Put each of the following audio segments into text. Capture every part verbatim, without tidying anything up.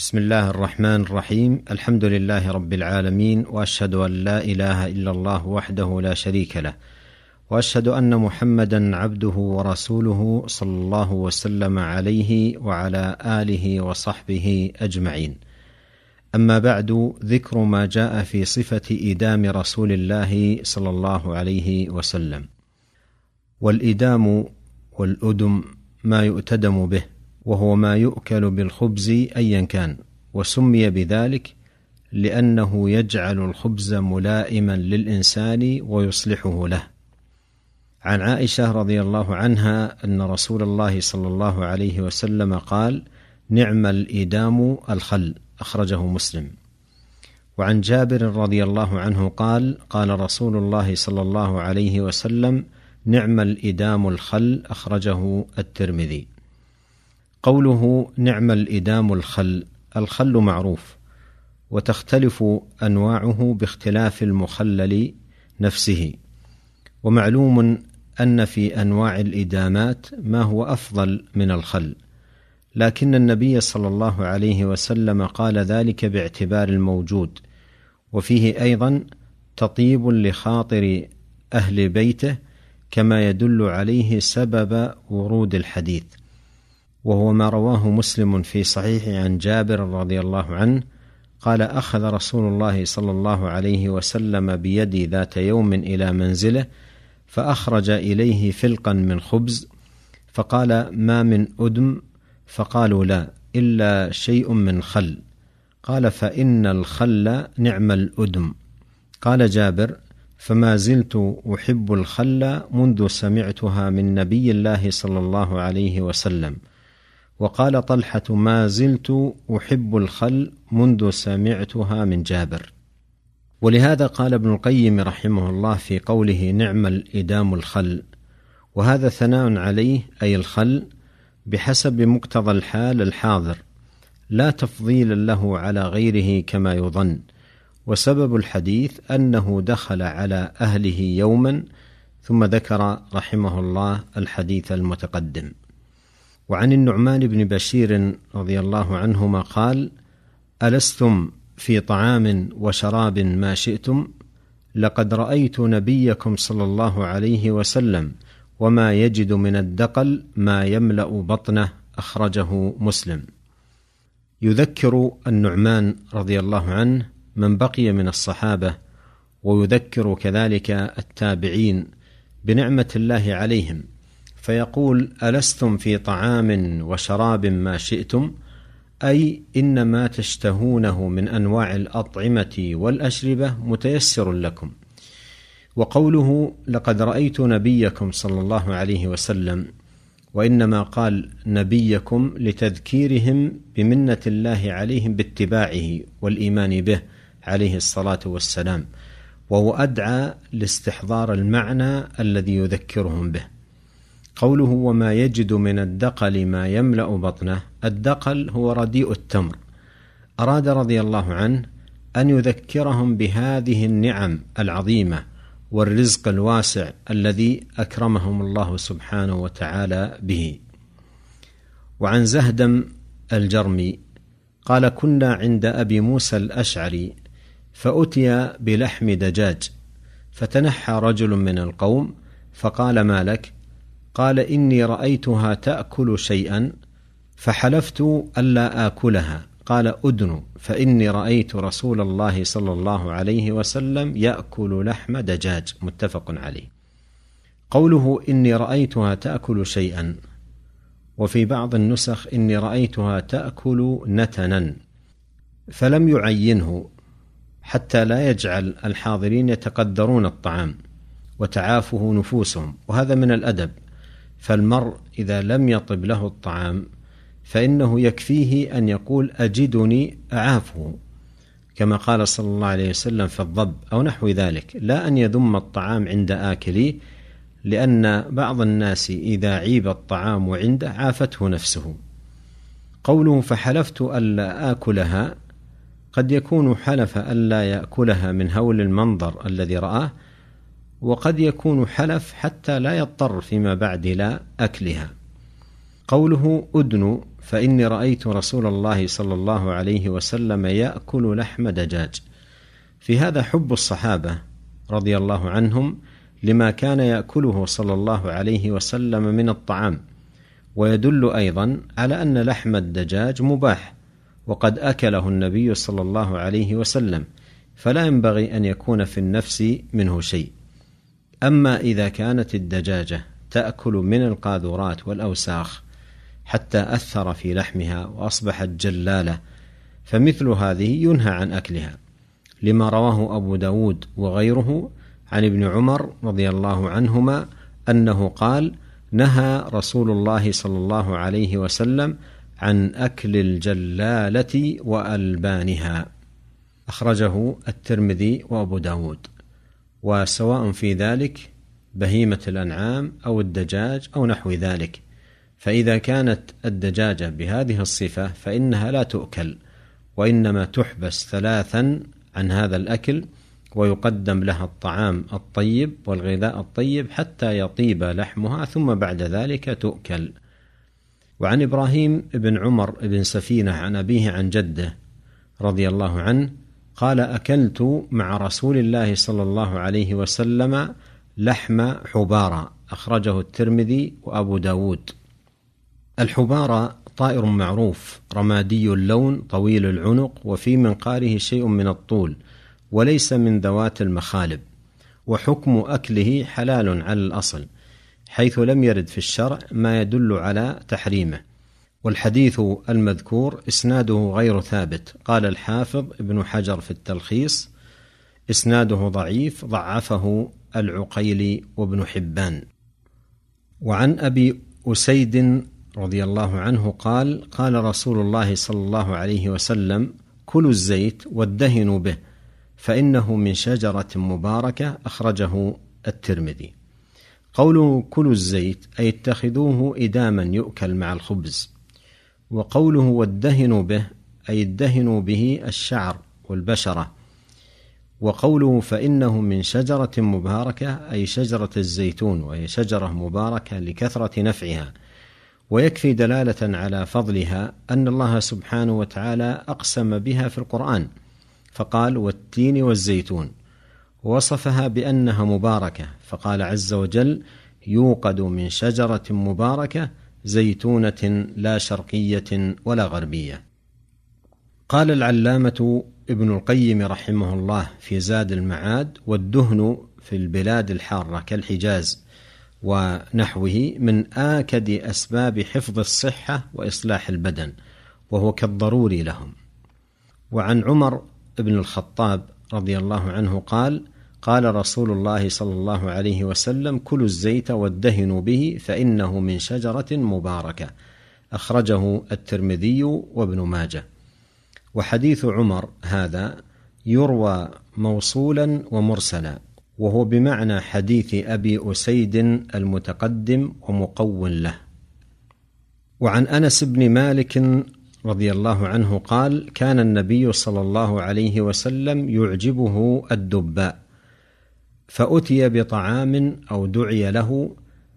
بسم الله الرحمن الرحيم. الحمد لله رب العالمين، وأشهد أن لا إله إلا الله وحده لا شريك له، وأشهد أن محمدا عبده ورسوله صلى الله وسلم عليه وعلى آله وصحبه أجمعين. أما بعد، ذكر ما جاء في صفة إدام رسول الله صلى الله عليه وسلم. والإدام والأدم ما يؤتدم به، وهو ما يؤكل بالخبز أيا كان، وسمي بذلك لأنه يجعل الخبز ملائما للإنسان ويصلحه له. عن عائشة رضي الله عنها أن رسول الله صلى الله عليه وسلم قال: نعم الإدام الخل، أخرجه مسلم. وعن جابر رضي الله عنه قال: قال رسول الله صلى الله عليه وسلم: نعم الإدام الخل، أخرجه الترمذي. قوله نعم الإدام الخل، الخل معروف، وتختلف أنواعه باختلاف المخلل نفسه، ومعلوم أن في أنواع الإدامات ما هو أفضل من الخل، لكن النبي صلى الله عليه وسلم قال ذلك باعتبار الموجود، وفيه أيضا تطيب لخاطر أهل بيته، كما يدل عليه سبب ورود الحديث، وهو ما رواه مسلم في صحيحه عن جابر رضي الله عنه قال: أخذ رسول الله صلى الله عليه وسلم بيدي ذات يوم إلى منزله، فأخرج إليه فلقا من خبز، فقال: ما من أدم؟ فقالوا: لا، إلا شيء من خل. قال: فإن الخل نعم الأدم. قال جابر: فما زلت أحب الخل منذ سمعتها من نبي الله صلى الله عليه وسلم. وقال طلحة: ما زلت أحب الخل منذ سمعتها من جابر. ولهذا قال ابن القيم رحمه الله في قوله نعم الإدام الخل، وهذا ثناء عليه أي الخل بحسب مقتضى الحال الحاضر، لا تفضيلا له على غيره كما يظن. وسبب الحديث أنه دخل على أهله يوما، ثم ذكر رحمه الله الحديث المتقدم. وعن النعمان بن بشير رضي الله عنهما قال: ألستم في طعام وشراب ما شئتم؟ لقد رأيت نبيكم صلى الله عليه وسلم وما يجد من الدقل ما يملأ بطنه، أخرجه مسلم. يذكر النعمان رضي الله عنه من بقي من الصحابة، ويذكر كذلك التابعين بنعمة الله عليهم، فيقول: ألستم في طعام وشراب ما شئتم؟ أي إن ما تشتهونه من أنواع الأطعمة والأشربة متيسر لكم. وقوله لقد رأيت نبيكم صلى الله عليه وسلم، وإنما قال نبيكم لتذكيرهم بمنة الله عليهم باتباعه والإيمان به عليه الصلاة والسلام، وهو أدعى لاستحضار المعنى الذي يذكرهم به. قوله وما يجد من الدقل ما يملأ بطنه، الدقل هو رديء التمر. أراد رضي الله عنه أن يذكرهم بهذه النعم العظيمة والرزق الواسع الذي أكرمهم الله سبحانه وتعالى به. وعن زهدم الجرمي قال: كنا عند أبي موسى الأشعري فأتي بلحم دجاج، فتنحى رجل من القوم فقال: ما لك؟ قال: إني رأيتها تأكل شيئا فحلفت ألا آكلها. قال: أدن، فإني رأيت رسول الله صلى الله عليه وسلم يأكل لحم دجاج، متفق عليه. قوله إني رأيتها تأكل شيئا، وفي بعض النسخ إني رأيتها تأكل نتنا، فلم يعينه حتى لا يجعل الحاضرين يتقدرون الطعام وتعافه نفوسهم، وهذا من الأدب. فالمرء إذا لم يطب له الطعام فإنه يكفيه أن يقول أجدني أعافه، كما قال صلى الله عليه وسلم في الضب أو نحو ذلك، لا أن يذم الطعام عند آكله، لأن بعض الناس إذا عيب الطعام عنده عافته نفسه. قوله فحلفت ألا آكلها، قد يكون حلف ألا يأكلها من هول المنظر الذي رآه، وقد يكون حلف حتى لا يضطر فيما بعد إلى أكلها. قوله أدن، فإني رأيت رسول الله صلى الله عليه وسلم يأكل لحم دجاج. في هذا حب الصحابة رضي الله عنهم لما كان يأكله صلى الله عليه وسلم من الطعام، ويدل أيضا على أن لحم الدجاج مباح وقد أكله النبي صلى الله عليه وسلم، فلا ينبغي أن يكون في النفس منه شيء. أما إذا كانت الدجاجة تأكل من القاذورات والأوساخ حتى أثر في لحمها وأصبحت جلالة، فمثل هذه ينهى عن أكلها، لما رواه أبو داود وغيره عن ابن عمر رضي الله عنهما أنه قال: نهى رسول الله صلى الله عليه وسلم عن أكل الجلالة وألبانها. أخرجه الترمذي وأبو داود. وسواء في ذلك بهيمة الأنعام أو الدجاج أو نحو ذلك، فإذا كانت الدجاجة بهذه الصفة فإنها لا تؤكل، وإنما تحبس ثلاثا عن هذا الأكل، ويقدم لها الطعام الطيب والغذاء الطيب حتى يطيب لحمها، ثم بعد ذلك تؤكل. وعن إبراهيم بن عمر بن سفينة عن أبيه عن جده رضي الله عنه قال: أكلت مع رسول الله صلى الله عليه وسلم لحم حبارة. أخرجه الترمذي وأبو داود. الحبارة طائر معروف رمادي اللون طويل العنق، وفي منقاره شيء من الطول، وليس من ذوات المخالب، وحكم أكله حلال على الأصل، حيث لم يرد في الشرع ما يدل على تحريمه. والحديث المذكور إسناده غير ثابت. قال الحافظ ابن حجر في التلخيص: إسناده ضعيف، ضعفه العقيلي وابن حبان. وعن أبي أسيد رضي الله عنه قال: قال رسول الله صلى الله عليه وسلم: كلوا الزيت وادهنوا به فإنه من شجرة مباركة. أخرجه الترمذي. قوله كلوا الزيت أي اتخذوه إداما يؤكل مع الخبز، وقوله وادهنوا به أي ادهنوا به الشعر والبشرة، وقوله فإنه من شجرة مباركة أي شجرة الزيتون، وهي شجرة مباركة لكثرة نفعها. ويكفي دلالة على فضلها أن الله سبحانه وتعالى أقسم بها في القرآن فقال: والتين والزيتون، ووصفها بأنها مباركة فقال عز وجل: يوقد من شجرة مباركة زيتونة لا شرقية ولا غربية. قال العلامة ابن القيم رحمه الله في زاد المعاد: والدهن في البلاد الحارة كالحجاز ونحوه من آكد أسباب حفظ الصحة وإصلاح البدن، وهو كالضروري لهم. وعن عمر بن الخطاب رضي الله عنه قال: قال رسول الله صلى الله عليه وسلم: كلوا الزيت وادهنوا به فإنه من شجرة مباركة. أخرجه الترمذي وابن ماجه. وحديث عمر هذا يروى موصولا ومرسلا، وهو بمعنى حديث أبي أسيد المتقدم ومقو له. وعن أنس بن مالك رضي الله عنه قال: كان النبي صلى الله عليه وسلم يعجبه الدباء، فأتي بطعام أو دعي له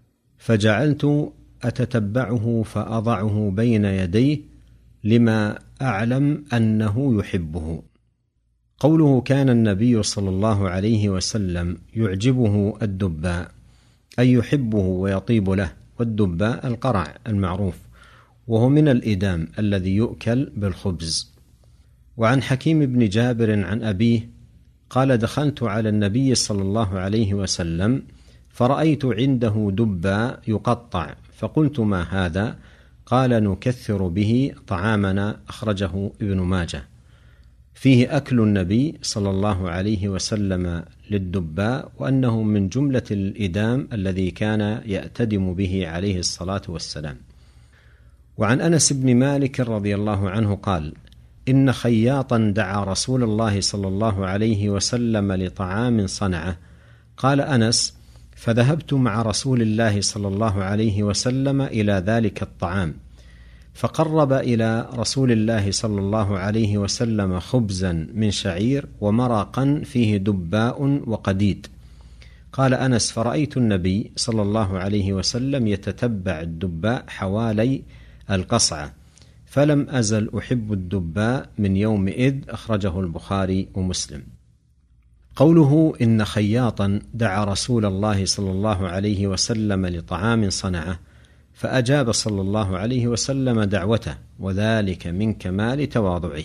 فجعلت أتتبعه فأضعه بين يديه لما أعلم أنه يحبه. قوله كان النبي صلى الله عليه وسلم يعجبه الدباء أي يحبه ويطيب له، والدباء القرع المعروف، وهو من الإدام الذي يؤكل بالخبز. وعن حكيم بن جابر عن أبيه قال: دخلت على النبي صلى الله عليه وسلم فرأيت عنده دباء يقطع، فقلت: ما هذا؟ قال: نكثر به طعامنا. أخرجه ابن ماجه. فيه أكل النبي صلى الله عليه وسلم للدباء، وأنه من جملة الإدام الذي كان يأتدم به عليه الصلاة والسلام. وعن أنس بن مالك رضي الله عنه قال: إن خياطا دعا رسول الله صلى الله عليه وسلم لطعام صنعه. قال أنس: فذهبت مع رسول الله صلى الله عليه وسلم إلى ذلك الطعام، فقرب إلى رسول الله صلى الله عليه وسلم خبزا من شعير ومرقا فيه دباء وقديد. قال أنس: فرأيت النبي صلى الله عليه وسلم يتتبع الدباء حوالي القصعة، فلم أزل أحب الدباء من يومئذ، أخرجه البخاري ومسلم. قوله إن خياطا دعا رسول الله صلى الله عليه وسلم لطعام صنعه فأجاب صلى الله عليه وسلم دعوته، وذلك من كمال تواضعه.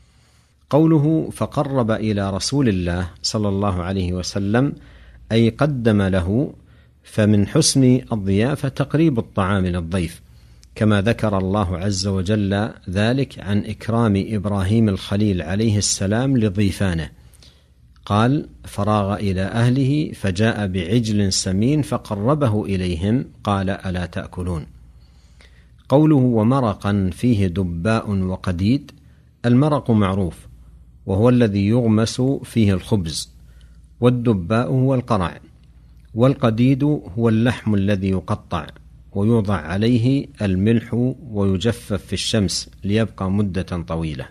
قوله فقرب إلى رسول الله صلى الله عليه وسلم أي قدم له، فمن حسن الضيافة تقريب الطعام للضيف، كما ذكر الله عز وجل ذلك عن إكرام إبراهيم الخليل عليه السلام لضيفانه، قال فراغ إلى أهله فجاء بعجل سمين فقربه إليهم قال ألا تأكلون. قوله ومرقا فيه دباء وقديد، المرق معروف وهو الذي يغمس فيه الخبز، والدباء هو القرع، والقديد هو اللحم الذي يقطع ويوضع عليه الملح ويجفف في الشمس ليبقى مدة طويلة.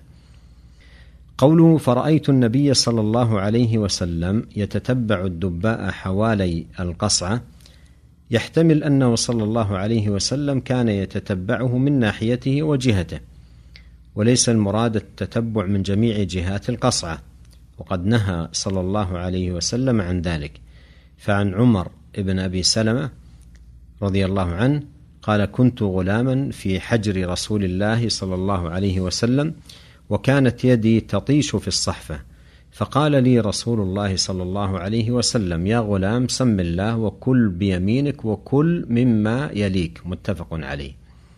قوله فرأيت النبي صلى الله عليه وسلم يتتبع الدباء حوالي القصعة، يحتمل أنه صلى الله عليه وسلم كان يتتبعه من ناحيته وجهته، وليس المراد التتبع من جميع جهات القصعة، وقد نهى صلى الله عليه وسلم عن ذلك. فعن عمر بن أبي سلمة رضي الله عنه قال كنت غلاما في حجر رسول الله صلى الله عليه وسلم، وكانت يدي تطيش في الصحفة، فقال لي رسول الله صلى الله عليه وسلم يا غلام سم الله وكل بيمينك وكل مما يليك، متفق عليه.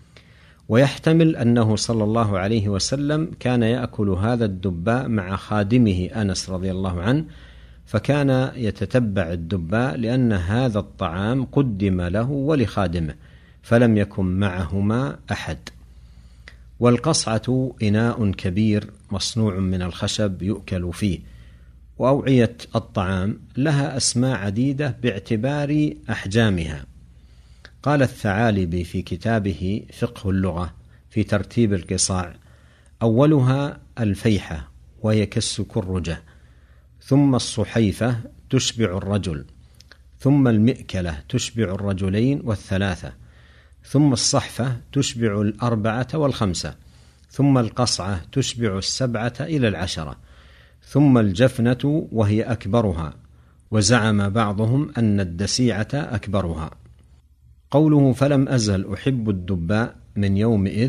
ويحتمل أنه صلى الله عليه وسلم كان يأكل هذا الدباء مع خادمه أنس رضي الله عنه، فكان يتتبع الدباء لأن هذا الطعام قدم له ولخادمه، فلم يكن معهما أحد. والقصعة إناء كبير مصنوع من الخشب يؤكل فيه، وأوعية الطعام لها أسماء عديدة باعتبار أحجامها. قال الثعالبي في كتابه فقه اللغة في ترتيب القصاع أولها الفيحة وهي كالسكرجة، ثم الصحيفة تشبع الرجل، ثم المئكلة تشبع الرجلين والثلاثة، ثم الصحفة تشبع الأربعة والخمسة، ثم القصعة تشبع السبعة إلى العشرة، ثم الجفنة وهي أكبرها، وزعم بعضهم أن الدسيعة أكبرها. قوله فلم أزل أحب الدباء من يومئذ،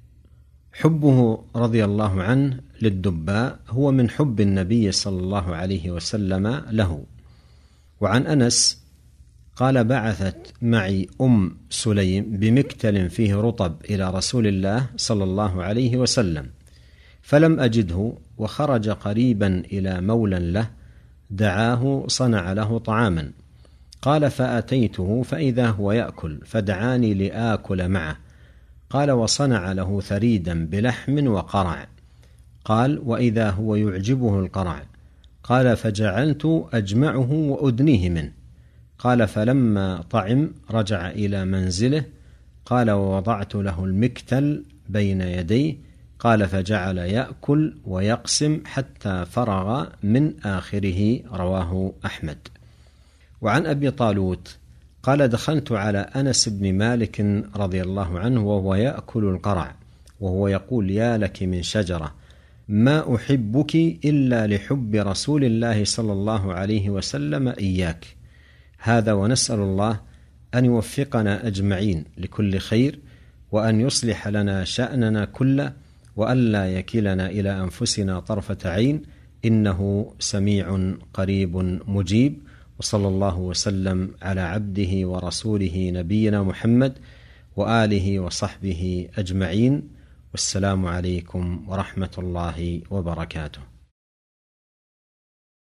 حبه رضي الله عنه للدباء هو من حب النبي صلى الله عليه وسلم له. وعن أنس قال بعثت معي أم سليم بمكتل فيه رطب إلى رسول الله صلى الله عليه وسلم، فلم أجده، وخرج قريبا إلى مولى له دعاه صنع له طعاما، قال فأتيته فإذا هو يأكل، فدعاني لآكل معه، قال وصنع له ثريدا بلحم وقرع، قال وإذا هو يعجبه القرع، قال فجعلت أجمعه وأدنيه منه، قال فلما طعم رجع إلى منزله، قال ووضعت له المكتل بين يديه، قال فجعل يأكل ويقسم حتى فرغ من آخره، رواه أحمد. وعن أبي طالوت قال دخلت على أنس بن مالك رضي الله عنه وهو يأكل القرع، وهو يقول يا لك من شجرة ما أحبك إلا لحب رسول الله صلى الله عليه وسلم إياك. هذا ونسأل الله أن يوفقنا أجمعين لكل خير، وأن يصلح لنا شأننا كله، وأن لا يكلنا إلى أنفسنا طرفة عين، إنه سميع قريب مجيب. وصلى الله وسلم على عبده ورسوله نبينا محمد وآله وصحبه أجمعين، والسلام عليكم ورحمة الله وبركاته.